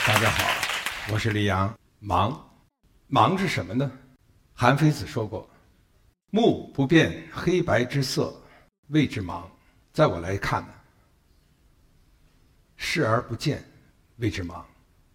大家好，我是李阳。芒是什么呢？韩非子说过：“目不辨黑白之色，谓之芒。”在我来看呢，视而不见，谓之盲。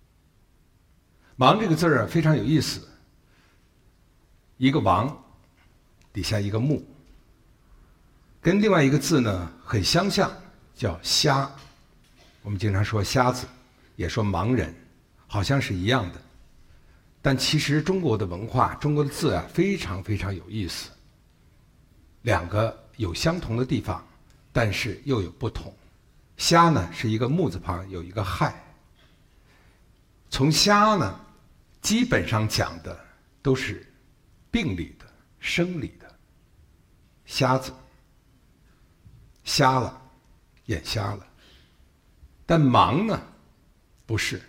盲这个字儿啊，非常有意思。一个王底下一个目，跟另外一个字呢很相像，叫瞎。我们经常说瞎子，也说盲人，好像是一样的。但其实中国的文化，中国的字啊，非常非常有意思。两个有相同的地方，但是又有不同。瞎呢是一个木字旁，有一个亥。从瞎呢，基本上讲的都是病理的、生理的。瞎子，瞎了，眼瞎了。但盲呢，不是。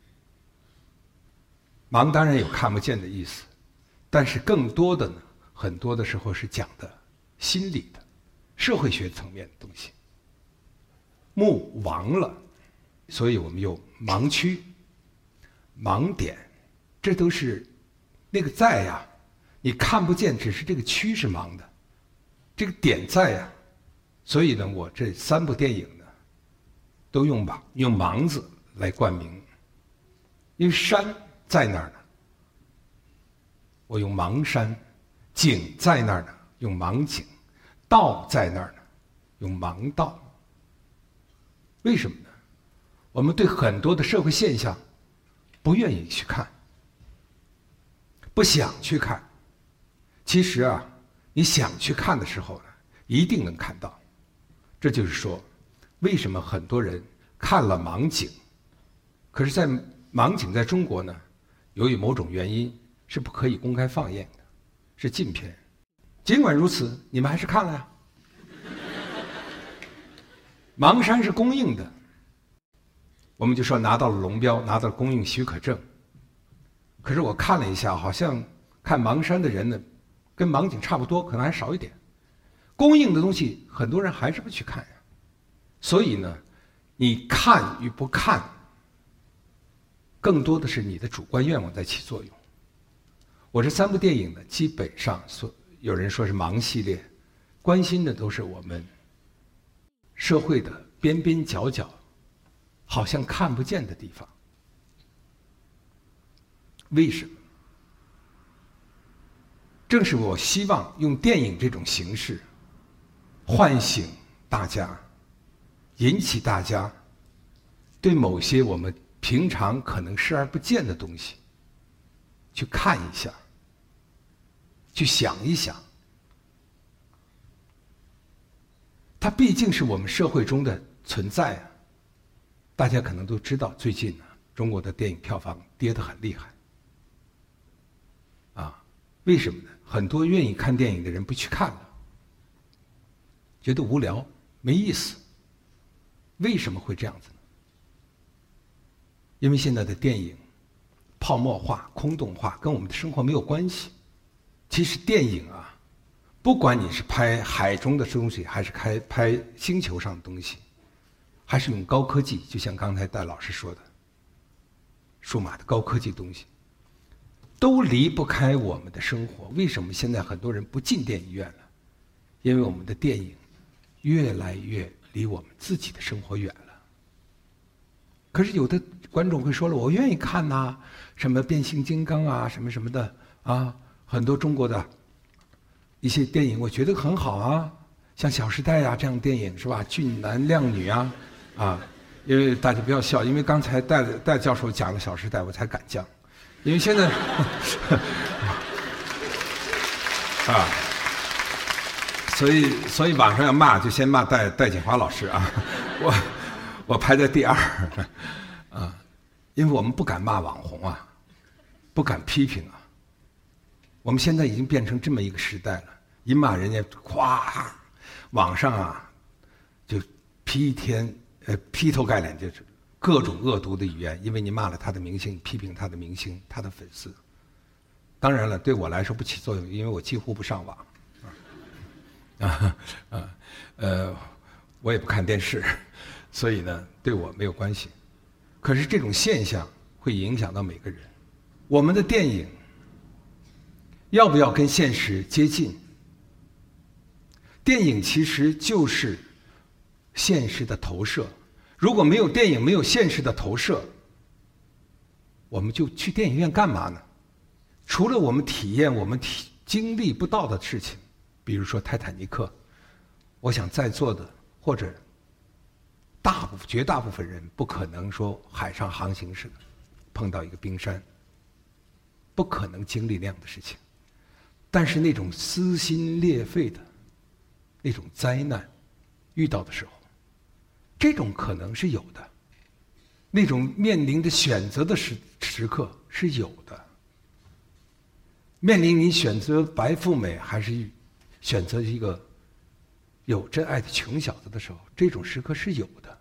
盲当然有看不见的意思，但是更多的呢，很多的时候是讲的心理的、社会学层面的东西。目亡了，所以我们有盲区、盲点，这都是那个在呀，你看不见，只是这个区是盲的，这个点在呀。所以呢，我这3部电影呢，都用盲字来冠名，因为山在那儿呢，我用盲山；景在那儿呢，用盲景；道在那儿呢，用盲道。为什么呢？我们对很多的社会现象不愿意去看，不想去看。其实啊，你想去看的时候呢，一定能看到。这就是说，为什么很多人看了盲景，可是在盲景在中国呢，由于某种原因是不可以公开放映的，是禁片。尽管如此，你们还是看了呀。盲山是公映的，我们就说拿到了龙标，拿到了公映许可证。可是我看了一下，好像看盲山的人呢，跟盲景差不多，可能还少一点。公映的东西，很多人还是不去看呀。所以呢，你看与不看，更多的是你的主观愿望在起作用。我这3部电影呢，基本上有人说是盲系列，关心的都是我们社会的边边角角，好像看不见的地方。为什么？正是我希望用电影这种形式，唤醒大家，引起大家对某些我们平常可能视而不见的东西，去看一下，去想一想。它毕竟是我们社会中的存在啊。大家可能都知道，最近呢，中国的电影票房跌得很厉害。为什么呢？很多愿意看电影的人不去看了，觉得无聊、没意思。为什么会这样子呢？因为现在的电影泡沫化、空洞化，跟我们的生活没有关系。其实电影啊，不管你是拍海中的东西，还是拍星球上的东西，还是用高科技，就像刚才戴老师说的，数码的高科技东西，都离不开我们的生活。为什么现在很多人不进电影院了？因为我们的电影越来越离我们自己的生活远了。可是有的观众会说了，我愿意看呐，什么变形金刚啊，什么什么的啊，很多中国的一些电影我觉得很好啊，像《小时代》啊这样的电影是吧？俊男靓女啊，因为大家不要笑，因为刚才戴教授讲了《小时代》，我才敢讲。因为现在所以网上要骂就先骂戴锦华老师啊，我排在第2因为我们不敢骂网红啊，不敢批评啊。我们现在已经变成这么一个时代了，一骂人家咵，网上啊就劈头盖脸就是各种恶毒的语言，因为你骂了他的明星，批评他的明星，他的粉丝。当然了，对我来说不起作用，因为我几乎不上网，我也不看电视，所以呢，对我没有关系。可是这种现象会影响到每个人。我们的电影要不要跟现实接近？电影其实就是现实的投射。如果没有电影，没有现实的投射，我们就去电影院干嘛呢？除了我们体验我们经历不到的事情，比如说泰坦尼克，我想在座的或者绝大部分人不可能说海上航行时碰到一个冰山，不可能经历那样的事情。但是那种撕心裂肺的那种灾难遇到的时候，这种可能是有的，那种面临着选择的时刻是有的。面临你选择白富美还是选择一个有真爱的穷小子的时候，这种时刻是有的。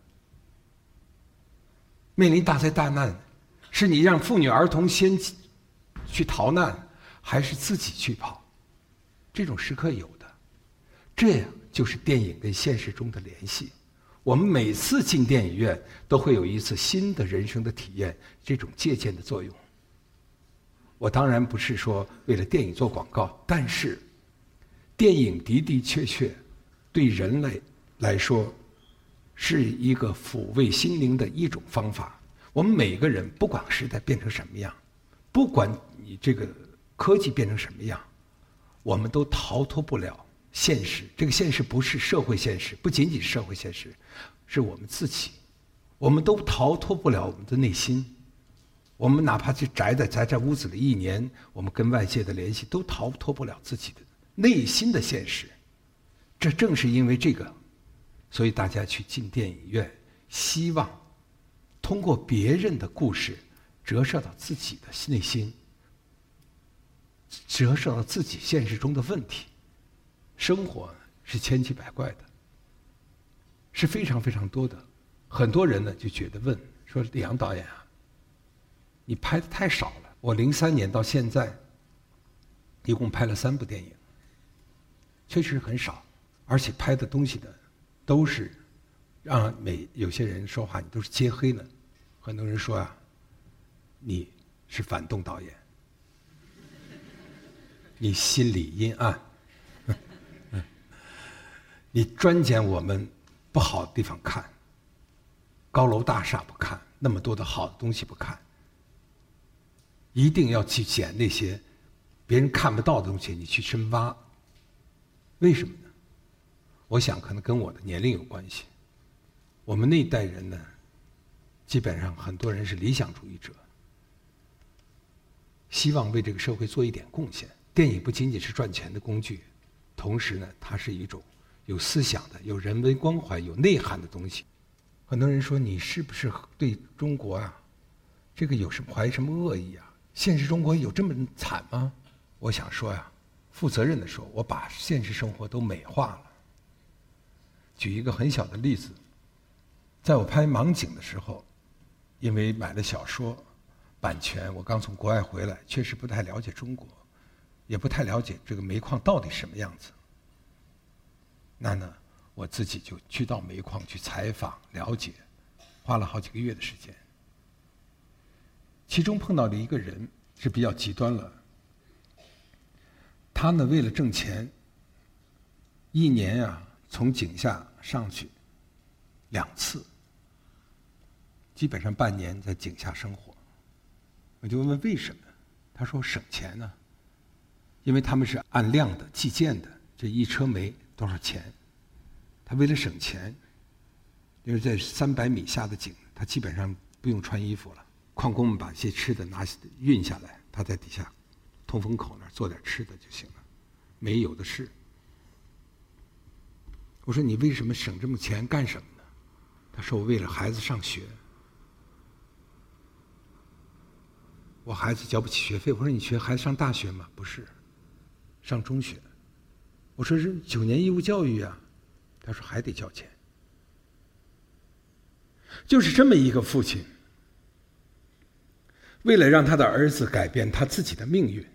面临大灾大难，是你让妇女儿童先去逃难，还是自己去跑？这种时刻有的。这样就是电影跟现实中的联系。我们每次进电影院都会有一次新的人生的体验，这种借鉴的作用。我当然不是说为了电影做广告，但是电影的的确确对人类来说是一个抚慰心灵的一种方法。我们每个人不管时代变成什么样，不管你这个科技变成什么样，我们都逃脱不了现实。这个现实不是社会现实，不仅仅是社会现实，是我们自己。我们都逃脱不了我们的内心。我们哪怕去宅在屋子里1年，我们跟外界的联系都逃脱不了自己的内心的现实。这正是因为这个，所以大家去进电影院，希望通过别人的故事折射到自己的内心，折射到自己现实中的问题。生活是千奇百怪的，是非常非常多的。很多人呢就觉得说李阳导演啊，你拍的太少了。我03年到现在一共拍了3部电影，确实很少，而且拍的东西呢都是让有些人说话你都是揭黑了。很多人说啊，你是反动导演，你心理阴暗，你专捡我们不好的地方看，高楼大厦不看，那么多的好的东西不看，一定要去捡那些别人看不到的东西，你去深挖。为什么呢？我想可能跟我的年龄有关系。我们那一代人呢，基本上很多人是理想主义者，希望为这个社会做一点贡献。电影不仅仅是赚钱的工具，同时呢，它是一种有思想的、有人文关怀、有内涵的东西。很多人说你是不是对中国啊，这个怀什么恶意啊？现实中国有这么惨吗？我想说呀，负责任的说，我把现实生活都美化了。举一个很小的例子，在我拍《盲井》的时候，因为买了小说版权，我刚从国外回来，确实不太了解中国，也不太了解这个煤矿到底什么样子。那呢，我自己就去到煤矿去采访了解，花了好几个月的时间。其中碰到了一个人是比较极端了，他呢为了挣钱，1年啊从井下上去2次，基本上半年在井下生活。我就问为什么，他说省钱呢，因为他们是按量的计件的，这1车煤多少钱，他为了省钱，因为在300米下的井，他基本上不用穿衣服了。矿工们把一些吃的运下来，他在底下通风口那儿做点吃的就行了，煤有的是。我说你为什么省这么钱干什么呢？他说我为了孩子上学，我孩子交不起学费。我说你孩子上大学吗？不是，上中学。我说是9年义务教育啊。他说还得交钱。就是这么一个父亲，为了让他的儿子改变他自己的命运，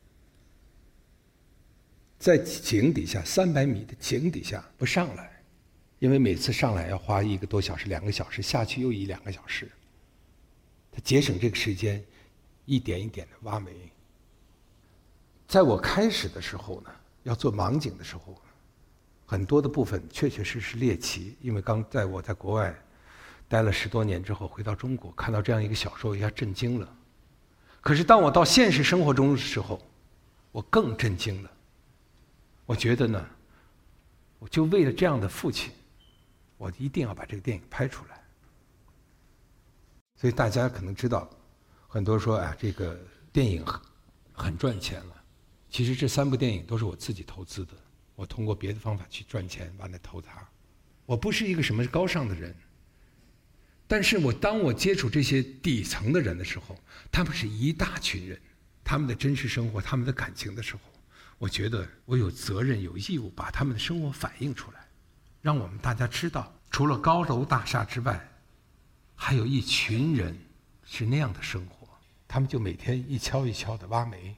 在井底下300米的井底下不上来，因为每次上来要花1个多小时、2个小时，下去又1、2个小时。 他节省这个时间，一点一点的挖煤。在我开始的时候呢，要做盲井的时候，很多的部分确确实实猎奇，因为我在国外待了10多年之后，回到中国看到这样一个小说，一下震惊了。可是当我到现实生活中的时候，我更震惊了。我觉得呢，我就为了这样的父亲，我一定要把这个电影拍出来。所以大家可能知道，很多说这个电影很赚钱了。其实这3部电影都是我自己投资的，我通过别的方法去赚钱，完了投它。我不是一个什么高尚的人，但是当我接触这些底层的人的时候，他们是一大群人，他们的真实生活，他们的感情的时候，我觉得我有责任有义务把他们的生活反映出来，让我们大家知道，除了高楼大厦之外，还有一群人是那样的生活，他们就每天一锹一锹的挖煤。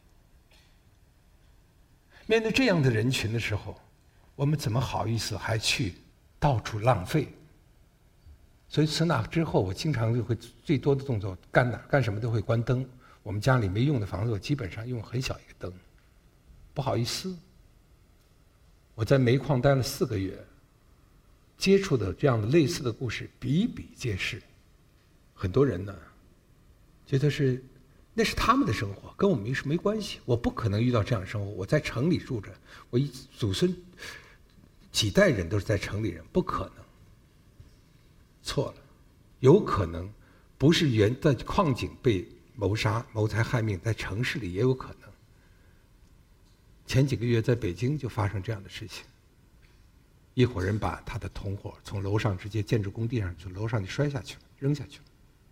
面对这样的人群的时候，我们怎么好意思还去到处浪费？所以从那之后，我经常就会最多的动作干什么都会关灯。我们家里没用的房子，我基本上用很小一个灯，不好意思。我在煤矿待了4个月，接触的这样的类似的故事比比皆是。很多人呢，觉得那是他们的生活，跟我们没关系。我不可能遇到这样的生活。我在城里住着，我祖孙几代人都是在城里人，不可能。错了，有可能不是在矿井被谋杀、谋财害命，在城市里也有可能。前几个月在北京就发生这样的事情，一伙人把他的同伙从楼上直接建筑工地上从楼上就摔下去了，扔下去了。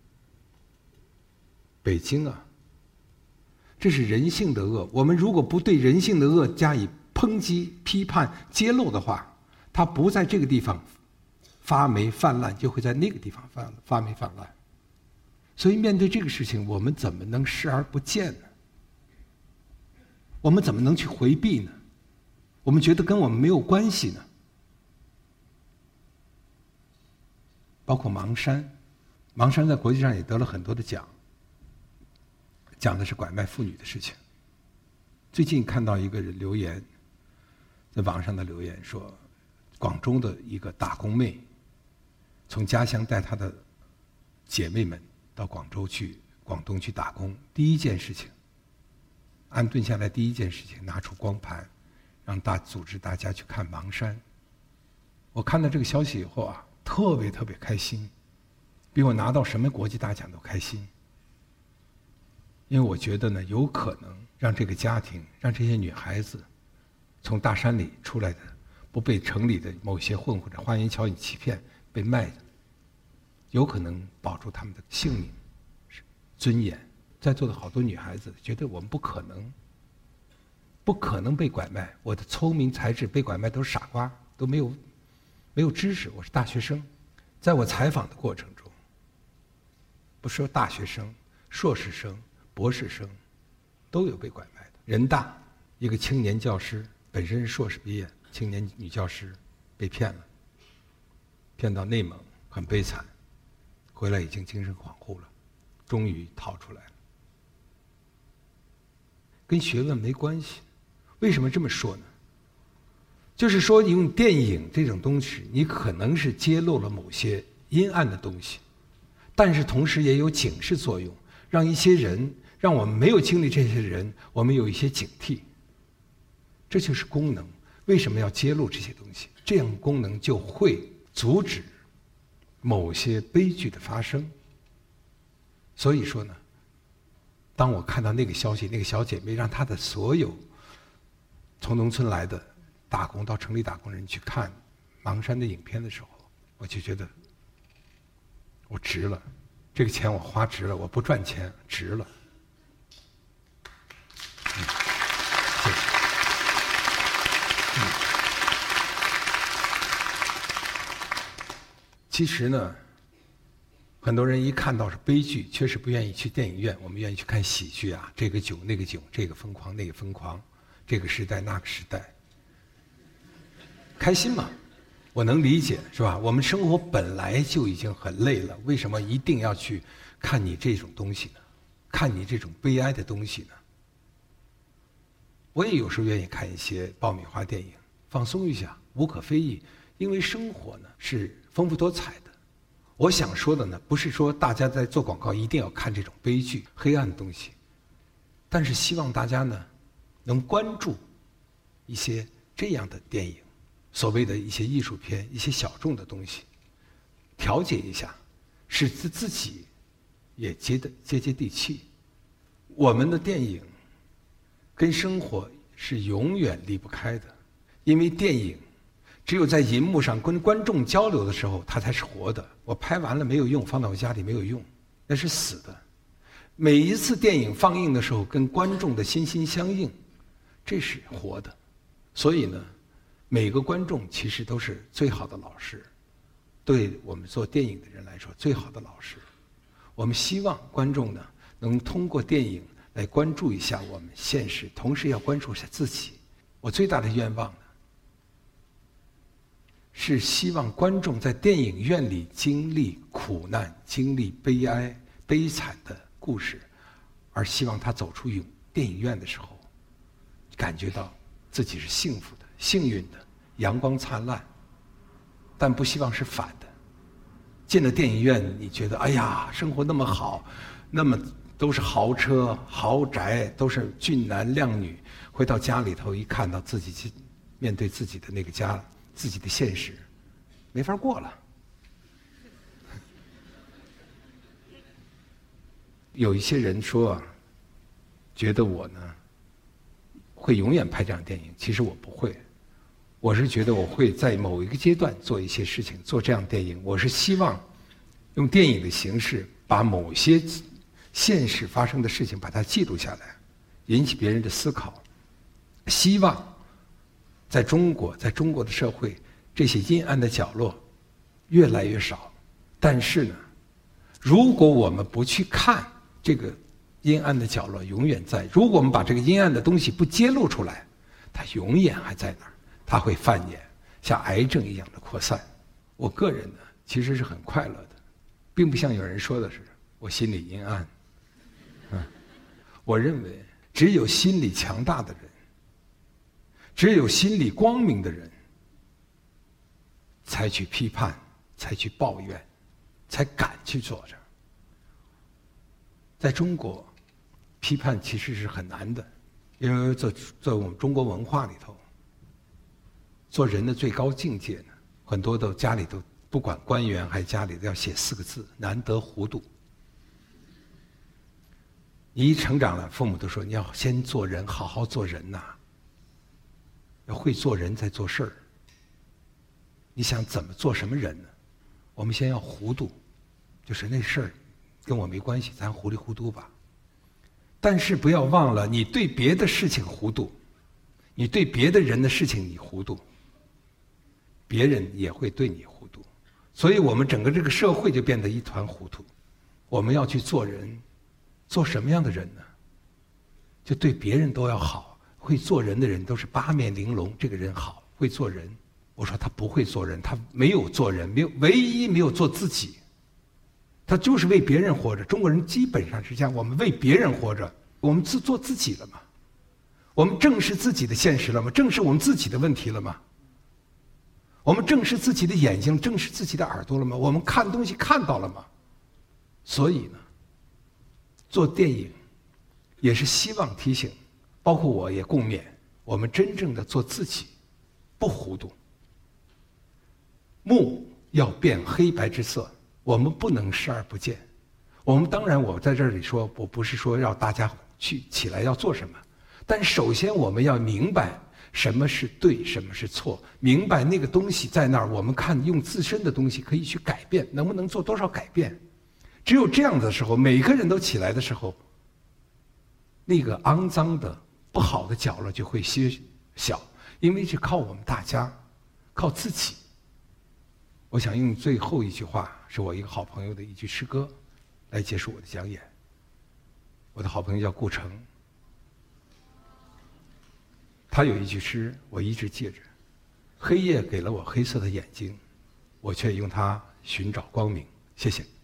北京啊，这是人性的恶。我们如果不对人性的恶加以抨击、批判、揭露的话，它不在这个地方发霉泛滥，就会在那个地方发霉泛滥。所以面对这个事情，我们怎么能视而不见呢？我们怎么能去回避呢？我们觉得跟我们没有关系呢？包括盲山，盲山在国际上也得了很多的奖，讲的是拐卖妇女的事情。最近看到一个人留言，在网上的留言说，广州的一个打工妹，从家乡带她的姐妹们到广东去打工，第一件事情，安顿下来第一件事情，拿出光盘，让组织大家去看盲山。我看到这个消息以后啊，特别特别开心，比我拿到什么国际大奖都开心。因为我觉得呢，有可能让这个家庭，让这些女孩子从大山里出来的，不被城里的某些混混的花言巧语欺骗，被卖的，有可能保住他们的性命、尊严。在座的好多女孩子觉得我们不可能被拐卖。我的聪明才智被拐卖都是傻瓜，都没有知识。我是大学生，在我采访的过程中，不说大学生、硕士生、博士生都有被拐卖的。人大一个青年教师，本身是硕士毕业，青年女教师被骗了，骗到内蒙，很悲惨，回来已经精神恍惚了，终于逃出来了。跟学问没关系。为什么这么说呢？就是说用电影这种东西，你可能是揭露了某些阴暗的东西，但是同时也有警示作用，让一些人，让我们没有经历这些人，我们有一些警惕。这就是功能。为什么要揭露这些东西？这样功能就会阻止某些悲剧的发生。所以说呢，当我看到那个消息，那个小姐妹让她的所有从农村来的打工到城里打工人去看盲山的影片的时候，我就觉得我值了，这个钱我花值了，我不赚钱值了。谢谢。其实呢，很多人一看到是悲剧，确实不愿意去电影院，我们愿意去看喜剧啊，这个囧那个囧，这个疯狂那个疯狂，这个时代那个时代，开心嘛。 我能理解，是吧？我们生活本来就已经很累了，为什么一定要去看你这种东西呢？看你这种悲哀的东西呢？我也有时候愿意看一些爆米花电影，放松一下，无可非议。因为生活呢是丰富多彩的。我想说的呢，不是说大家在做广告一定要看这种悲剧、黑暗的东西，但是希望大家呢能关注一些这样的电影，所谓的一些艺术片、一些小众的东西，调节一下，使自己也接地气。我们的电影跟生活是永远离不开的，因为电影只有在银幕上跟观众交流的时候，它才是活的。我拍完了没有用，放到我家里没有用，那是死的。每一次电影放映的时候，跟观众的心心相印，这是活的。所以呢，每个观众其实都是最好的老师，对我们做电影的人来说，最好的老师。我们希望观众呢，能通过电影来关注一下我们现实，同时要关注一下自己。我最大的愿望呢，是希望观众在电影院里经历苦难、经历悲哀、悲惨的故事，而希望他走出电影院的时候，感觉到自己是幸福的、幸运的、阳光灿烂，但不希望是反的。进了电影院，你觉得哎呀，生活那么好，那么都是豪车、豪宅，都是俊男靓女，回到家里头一看到自己面对自己的那个家，自己的现实，没法过了。有一些人说啊，觉得我呢会永远拍这样的电影，其实我不会。我是觉得我会在某一个阶段做一些事情，做这样的电影。我是希望用电影的形式把某些现实发生的事情把它记录下来，引起别人的思考。希望在中国的社会，这些阴暗的角落越来越少。但是呢，如果我们不去看这个阴暗的角落，永远在；如果我们把这个阴暗的东西不揭露出来，它永远还在那儿，它会蔓延，像癌症一样的扩散。我个人呢，其实是很快乐的，并不像有人说的是我心里阴暗。我认为只有心理强大的人，只有心理光明的人，才去批判，才去抱怨，才敢去做着。在中国，批判其实是很难的，因为在我们中国文化里头，做人的最高境界呢，很多都家里头不管官员还是家里都要写4个字：难得糊涂。你一成长了，父母都说你要先做人，好好做人呐，要会做人再做事儿。你想怎么做什么人呢？我们先要糊涂，就是那事儿跟我没关系，咱糊里糊涂吧。但是不要忘了，你对别的事情糊涂，你对别的人的事情你糊涂，别人也会对你糊涂。所以我们整个这个社会就变得一团糊涂。我们要去做人，做什么样的人呢？就对别人都要好。会做人的人都是八面玲珑，这个人好，会做人。我说他不会做人，他没有做人，唯一没有做自己，他就是为别人活着。中国人基本上是这样，我们为别人活着，我们做自己了吗？我们正视自己的现实了吗？正视我们自己的问题了吗？我们正视自己的眼睛，正视自己的耳朵了吗？我们看东西看到了吗？所以呢，做电影也是希望提醒，包括我也共勉，我们真正的做自己，不糊涂。幕要变黑白之色，我们不能视而不见。我们当然，我在这里说，我不是说让大家起来要做什么，但首先我们要明白什么是对，什么是错，明白那个东西在那儿，我们看用自身的东西可以去改变，能不能做多少改变？只有这样的时候，每个人都起来的时候，那个肮脏的、不好的角落就会缩小，因为是靠我们大家，靠自己。我想用最后一句话，是我一个好朋友的一句诗歌，来结束我的讲演。我的好朋友叫顾城，他有一句诗，我一直记着： 黑夜给了我黑色的眼睛，我却用它寻找光明。谢谢。